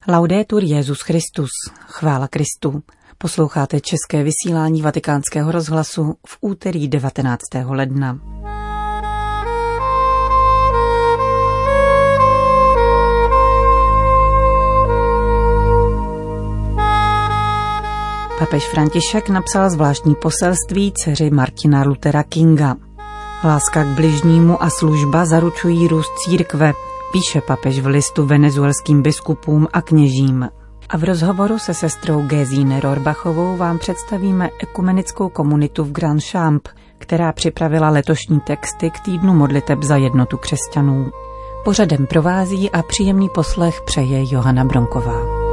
Laudetur Jesus Christus, chvála Kristu. Posloucháte české vysílání Vatikánského rozhlasu v úterý 19. ledna. Papež František napsal zvláštní poselství dceři Martina Luthera Kinga. Láska k bližnímu a služba zaručují růst církve, píše papež v listu venezuelským biskupům a kněžím. A v rozhovoru se sestrou Gesine Rohrbachovou vám představíme ekumenickou komunitu v Grand Champ, která připravila letošní texty k týdnu modliteb za jednotu křesťanů. Pořadem provází a příjemný poslech přeje Johana Bronková.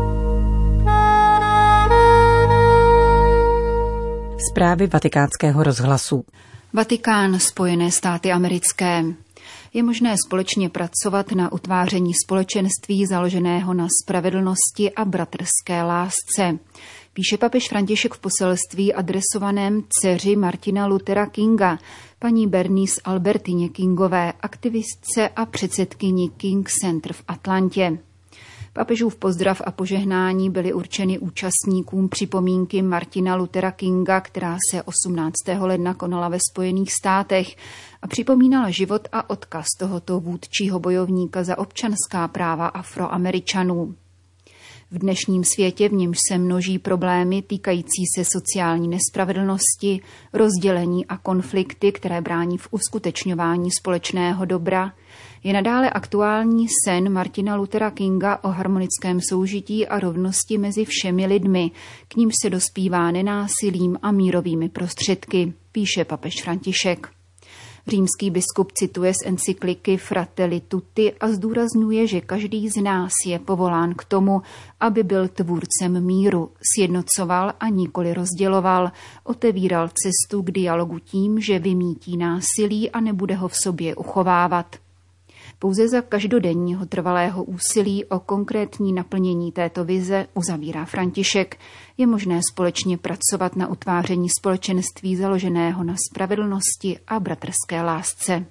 Zprávy Vatikánského rozhlasu. Vatikán, Spojené státy americké. Je možné společně pracovat na utváření společenství založeného na spravedlnosti a bratrské lásce, píše papež František v poselství adresovaném dceři Martina Luthera Kinga, paní Bernice Albertině Kingové, aktivistce a předsedkyni King Center v Atlantě. Papežův pozdrav a požehnání byly určeny účastníkům připomínky Martina Luthera Kinga, která se 18. ledna konala ve Spojených státech a připomínala život a odkaz tohoto vůdčího bojovníka za občanská práva Afroameričanů. V dnešním světě, v němž se množí problémy týkající se sociální nespravedlnosti, rozdělení a konflikty, které brání v uskutečňování společného dobra, je nadále aktuální sen Martina Luthera Kinga o harmonickém soužití a rovnosti mezi všemi lidmi, k nímž se dospívá nenásilím a mírovými prostředky, píše papež František. Římský biskup cituje z encykliky Fratelli Tutti a zdůrazňuje, že každý z nás je povolán k tomu, aby byl tvůrcem míru, sjednocoval a nikoli rozděloval, otevíral cestu k dialogu tím, že vymítí násilí a nebude ho v sobě uchovávat. Pouze za každodenního trvalého úsilí o konkrétní naplnění této vize, uzavírá František, je možné společně pracovat na utváření společenství založeného na spravedlnosti a bratrské lásce.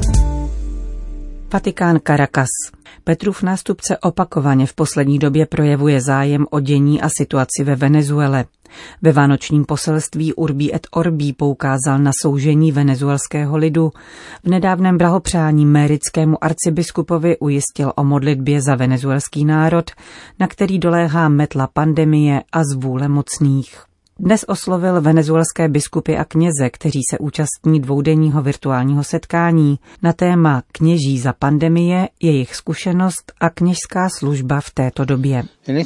Vatikán, Caracas. Petrův nástupce opakovaně v poslední době projevuje zájem o dění a situaci ve Venezuele. Ve vánočním poselství Urbi et Orbi poukázal na soužení venezuelského lidu. V nedávném blahopřání méritskému arcibiskupovi ujistil o modlitbě za venezuelský národ, na který doléhá metla pandemie a zvůle mocných. Dnes oslovil venezuelské biskupy a kněze, kteří se účastní dvoudenního virtuálního setkání na téma Kněží za pandemie, jejich zkušenost a kněžská služba v této době.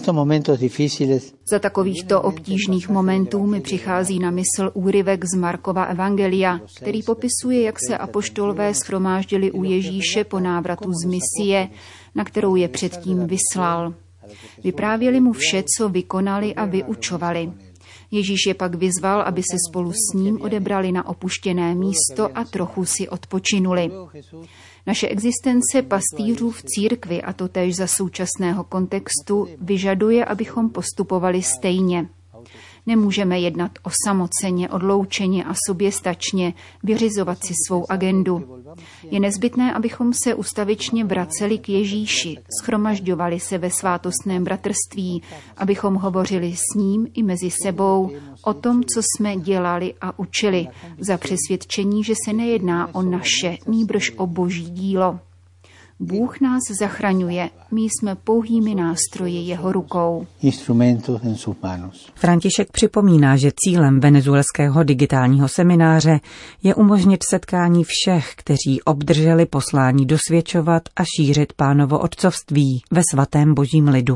Za takovýchto obtížných momentů mi přichází na mysl úryvek z Markova evangelia, který popisuje, jak se apoštolové shromáždili u Ježíše po návratu z misie, na kterou je předtím vyslal. Vyprávěli mu vše, co vykonali a vyučovali. Ježíš je pak vyzval, aby se spolu s ním odebrali na opuštěné místo a trochu si odpočinuli. Naše existence pastýřů v církvi, a to též za současného kontextu, vyžaduje, abychom postupovali stejně. Nemůžeme jednat osamoceně, odloučeně a soběstačně, vyřizovat si svou agendu. Je nezbytné, abychom se ustavičně vraceli k Ježíši, shromažďovali se ve svátostném bratrství, abychom hovořili s ním i mezi sebou o tom, co jsme dělali a učili, za přesvědčení, že se nejedná o naše, nýbrž o Boží dílo. Bůh nás zachraňuje, my jsme pouhými nástroji jeho rukou. František připomíná, že cílem venezuelského digitálního semináře je umožnit setkání všech, kteří obdrželi poslání dosvědčovat a šířit Pánovo otcovství ve svatém Božím lidu.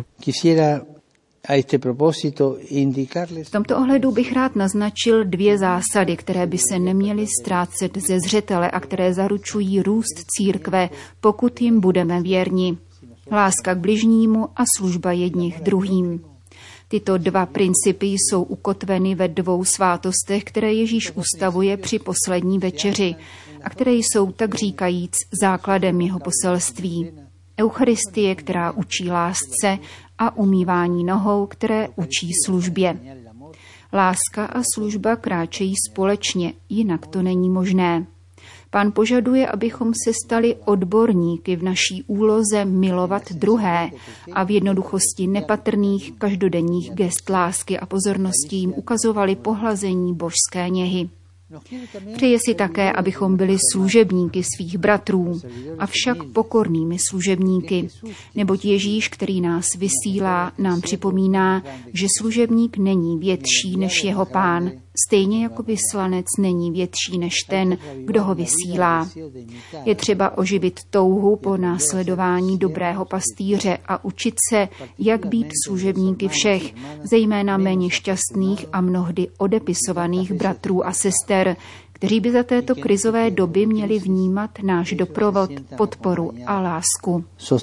V tomto ohledu bych rád naznačil 2 zásady, které by se neměly ztrácet ze zřetele a které zaručují růst církve, pokud jim budeme věrni. Láska k bližnímu a služba jedněch druhým. Tyto 2 principy jsou ukotveny ve 2 svátostech, které Ježíš ustavuje při poslední večeři a které jsou tak říkajíc základem jeho poselství. Eucharistie, která učí lásce, a umývání nohou, které učí službě. Láska a služba kráčejí společně, jinak to není možné. Pán požaduje, abychom se stali odborníky v naší úloze milovat druhé a v jednoduchosti nepatrných každodenních gest lásky a pozornosti jim ukazovali pohlazení božské něhy. Přeje si také, abychom byli služebníky svých bratrů, avšak pokornými služebníky, neboť Ježíš, který nás vysílá, nám připomíná, že služebník není větší než jeho pán, stejně jako vyslanec není větší než ten, kdo ho vysílá. Je třeba oživit touhu po následování dobrého pastýře a učit se, jak být služebníky všech, zejména méně šťastných a mnohdy odepisovaných bratrů a sester, kteří by za této krizové doby měli vnímat náš doprovod, podporu a lásku.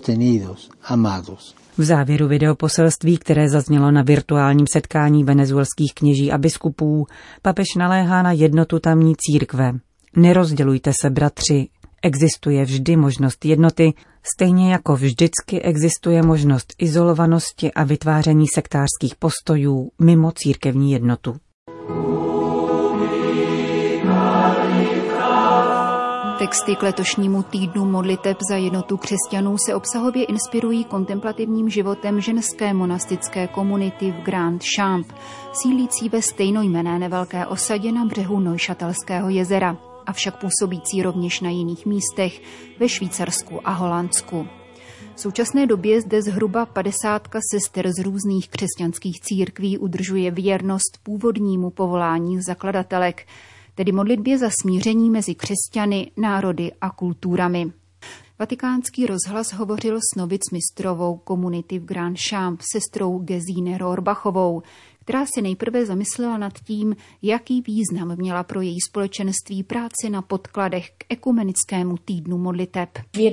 V závěru videoposelství, které zaznělo na virtuálním setkání venezuelských kněží a biskupů, papež naléhá na jednotu tamní církve. Nerozdělujte se, bratři. Existuje vždy možnost jednoty, stejně jako vždycky existuje možnost izolovanosti a vytváření sektářských postojů mimo církevní jednotu. Texty k letošnímu týdnu modliteb za jednotu křesťanů se obsahově inspirují kontemplativním životem ženské monastické komunity v Grand Champ, sídlící ve stejnojmenné nevelké osadě na břehu Neuchâtelského jezera, avšak působící rovněž na jiných místech ve Švýcarsku a Holandsku. V současné době zde zhruba 50 sester z různých křesťanských církví udržuje věrnost původnímu povolání zakladatelek, tedy modlitbě za smíření mezi křesťany, národy a kulturami. Vatikánský rozhlas hovořil s novicmistrovou komunity v Grand Champ, sestrou Gesine Rohrbachovou, která se nejprve zamyslela nad tím, jaký význam měla pro její společenství práce na podkladech k ekumenickému týdnu modliteb.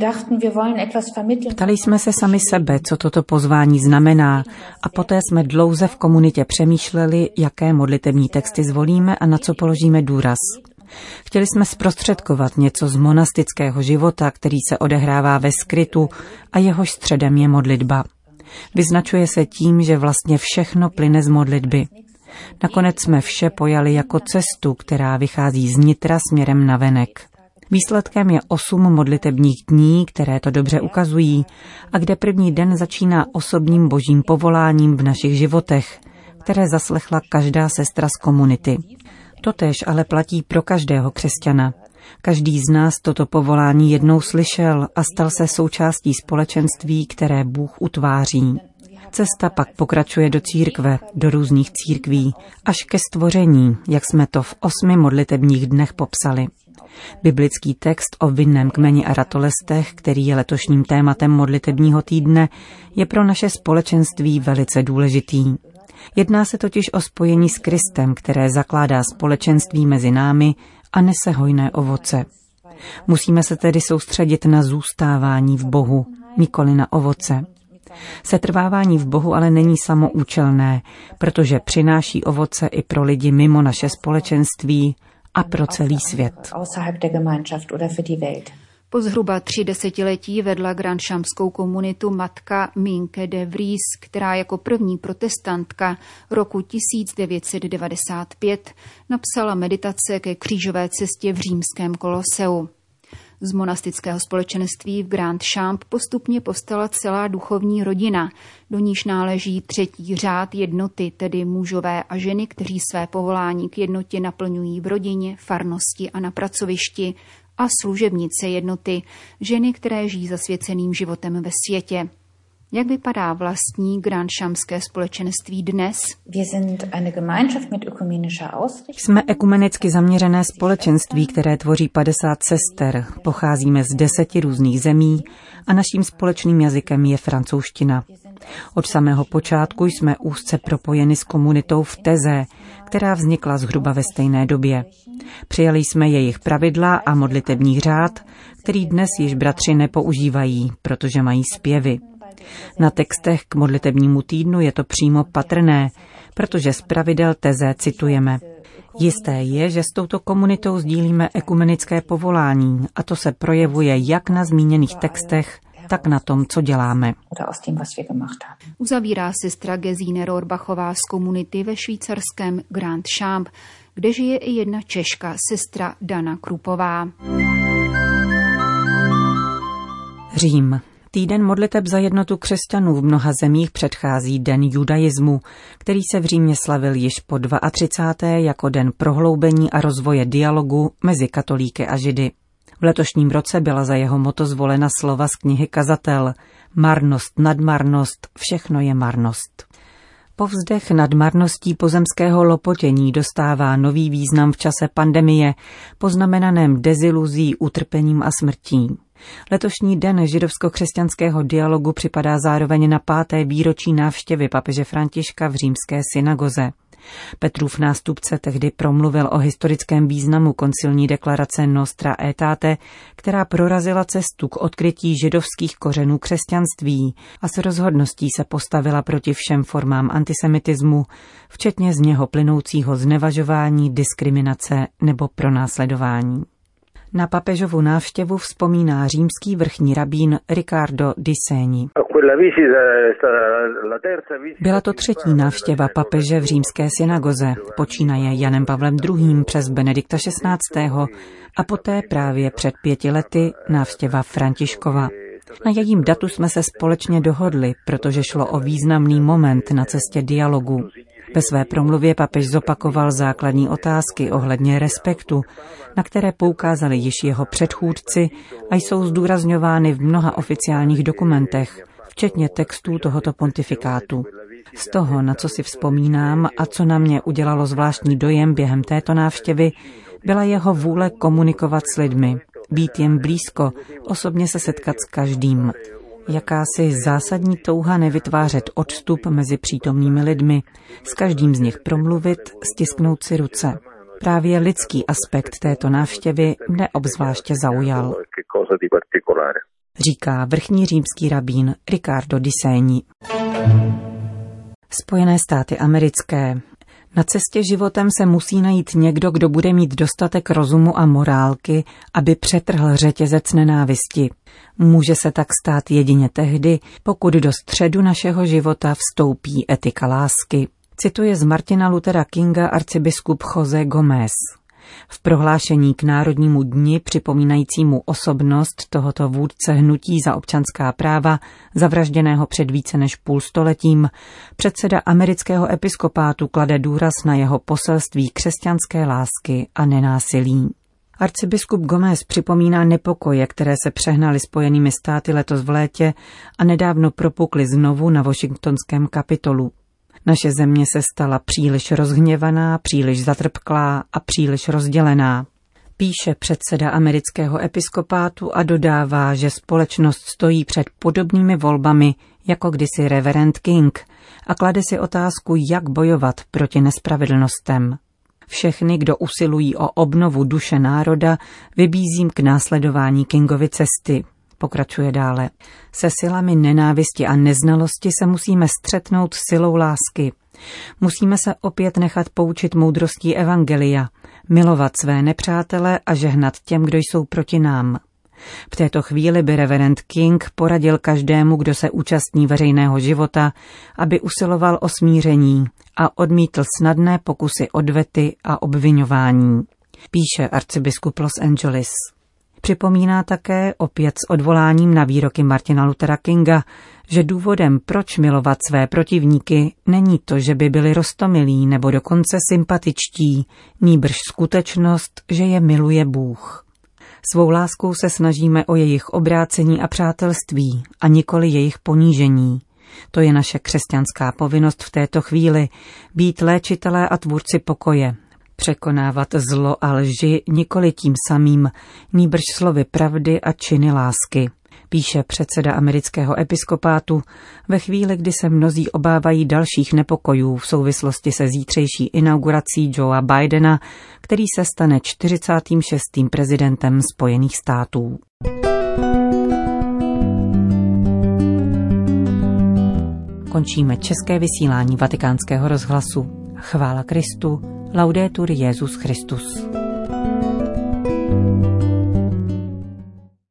Ptali jsme se sami sebe, co toto pozvání znamená, a poté jsme dlouze v komunitě přemýšleli, jaké modlitební texty zvolíme a na co položíme důraz. Chtěli jsme zprostředkovat něco z monastického života, který se odehrává ve skrytu a jehož středem je modlitba. Vyznačuje se tím, že vlastně všechno plyne z modlitby. Nakonec jsme vše pojali jako cestu, která vychází znitra směrem navenek. Výsledkem je 8 modlitebních dní, které to dobře ukazují, a kde první den začíná osobním božím povoláním v našich životech, které zaslechla každá sestra z komunity. Totéž ale platí pro každého křesťana. Každý z nás toto povolání jednou slyšel a stal se součástí společenství, které Bůh utváří. Cesta pak pokračuje do církve, do různých církví, až ke stvoření, jak jsme to v 8 modlitebních dnech popsali. Biblický text o vinném kmeni a ratolestech, který je letošním tématem modlitebního týdne, je pro naše společenství velice důležitý. Jedná se totiž o spojení s Kristem, které zakládá společenství mezi námi a nese hojné ovoce. Musíme se tedy soustředit na zůstávání v Bohu, nikoli na ovoce. Setrvávání v Bohu ale není samoučelné, protože přináší ovoce i pro lidi mimo naše společenství a pro celý svět. Po zhruba 3 desetiletí vedla grandchampskou komunitu matka Minke de Vries, která jako první protestantka roku 1995 napsala meditace ke křížové cestě v římském Koloseu. Z monastického společenství v Grand Champ postupně povstala celá duchovní rodina, do níž náleží 3. řád jednoty, tedy mužové a ženy, kteří své povolání k jednotě naplňují v rodině, farnosti a na pracovišti, a služebnice jednoty, ženy, které žijí zasvěceným životem ve světě. Jak vypadá vlastní grandchampské společenství dnes? Jsme ekumenicky zaměřené společenství, které tvoří 50 sester. Pocházíme z 10 různých zemí a naším společným jazykem je francouzština. Od samého počátku jsme úzce propojeni s komunitou v Teze, která vznikla zhruba ve stejné době. Přijali jsme jejich pravidla a modlitební řád, který dnes již bratři nepoužívají, protože mají zpěvy. Na textech k modlitebnímu týdnu je to přímo patrné, protože z pravidel Teze citujeme. Jisté je, že s touto komunitou sdílíme ekumenické povolání a to se projevuje jak na zmíněných textech, tak na tom, co děláme. Uzavírá sestra Gesine Rohrbachová z komunity ve švýcarském Grand Champ, kde žije i jedna Češka, sestra Dana Krupová. Řím. Týden modliteb za jednotu křesťanů v mnoha zemích předchází Den judaismu, který se v Římě slavil již po 32. jako den prohloubení a rozvoje dialogu mezi katolíky a židy. V letošním roce byla za jeho motto zvolena slova z knihy Kazatel. Marnost, nadmarnost, všechno je marnost. Povzdech nad marností pozemského lopotění dostává nový význam v čase pandemie, poznamenaném deziluzí, utrpením a smrtí. Letošní den židovsko-křesťanského dialogu připadá zároveň na 5. výročí návštěvy papeže Františka v římské synagoze. Petrův nástupce tehdy promluvil o historickém významu koncilní deklarace Nostra Aetate, která prorazila cestu k odkrytí židovských kořenů křesťanství a s rozhodností se postavila proti všem formám antisemitismu, včetně z něho plynoucího znevažování, diskriminace nebo pronásledování. Na papežovu návštěvu vzpomíná římský vrchní rabín Riccardo di Segni. Byla to 3. návštěva papeže v římské synagoze, počínaje Janem Pavlem II. Přes Benedikta XVI. A poté právě před 5 lety návštěva Františkova. Na jejím datu jsme se společně dohodli, protože šlo o významný moment na cestě dialogu. Ve své promluvě papež zopakoval základní otázky ohledně respektu, na které poukázali již jeho předchůdci a jsou zdůrazňovány v mnoha oficiálních dokumentech, včetně textů tohoto pontifikátu. Z toho, na co si vzpomínám a co na mě udělalo zvláštní dojem během této návštěvy, byla jeho vůle komunikovat s lidmi, být jim blízko, osobně se setkat s každým. Jakási zásadní touha nevytvářet odstup mezi přítomnými lidmi, s každým z nich promluvit, stisknout si ruce. Právě lidský aspekt této návštěvy mne obzvláště zaujal, říká vrchní římský rabín Riccardo di Segni. Spojené státy americké. Na cestě životem se musí najít někdo, kdo bude mít dostatek rozumu a morálky, aby přetrhl řetězec nenávisti. Může se tak stát jedině tehdy, pokud do středu našeho života vstoupí etika lásky. Cituje z Martina Luthera Kinga arcibiskup José Gómez. V prohlášení k Národnímu dni připomínajícímu osobnost tohoto vůdce hnutí za občanská práva, zavražděného před více než půl stoletím, předseda amerického episkopátu klade důraz na jeho poselství křesťanské lásky a nenásilí. Arcibiskup Gómez připomíná nepokoje, které se přehnaly Spojenými státy letos v létě a nedávno propukly znovu na washingtonském Kapitolu. Naše země se stala příliš rozhněvaná, příliš zatrpklá a příliš rozdělená. Píše předseda amerického episkopátu a dodává, že společnost stojí před podobnými volbami jako kdysi reverend King a klade si otázku, jak bojovat proti nespravedlnostem. Všechny, kdo usilují o obnovu duše národa, vybízím k následování Kingovy cesty. Pokračuje dále. Se silami nenávisti a neznalosti se musíme střetnout silou lásky. Musíme se opět nechat poučit moudrostí evangelia, milovat své nepřátele a žehnat těm, kdo jsou proti nám. V této chvíli by reverend King poradil každému, kdo se účastní veřejného života, aby usiloval o smíření a odmítl snadné pokusy odvety a obviňování. Píše arcibiskup Los Angeles. Připomíná také, opět s odvoláním na výroky Martina Luthera Kinga, že důvodem, proč milovat své protivníky, není to, že by byli roztomilí nebo dokonce sympatičtí, nýbrž skutečnost, že je miluje Bůh. Svou láskou se snažíme o jejich obrácení a přátelství a nikoli jejich ponížení. To je naše křesťanská povinnost v této chvíli, být léčitelé a tvůrci pokoje. Překonávat zlo a lži nikoli tím samým, nýbrž slovy pravdy a činy lásky, píše předseda amerického episkopátu ve chvíli, kdy se mnozí obávají dalších nepokojů v souvislosti se zítřejší inaugurací Joea Bidena, který se stane 46. prezidentem Spojených států. Končíme české vysílání Vatikánského rozhlasu. Chvála Kristu, laudetur Jesus Christus.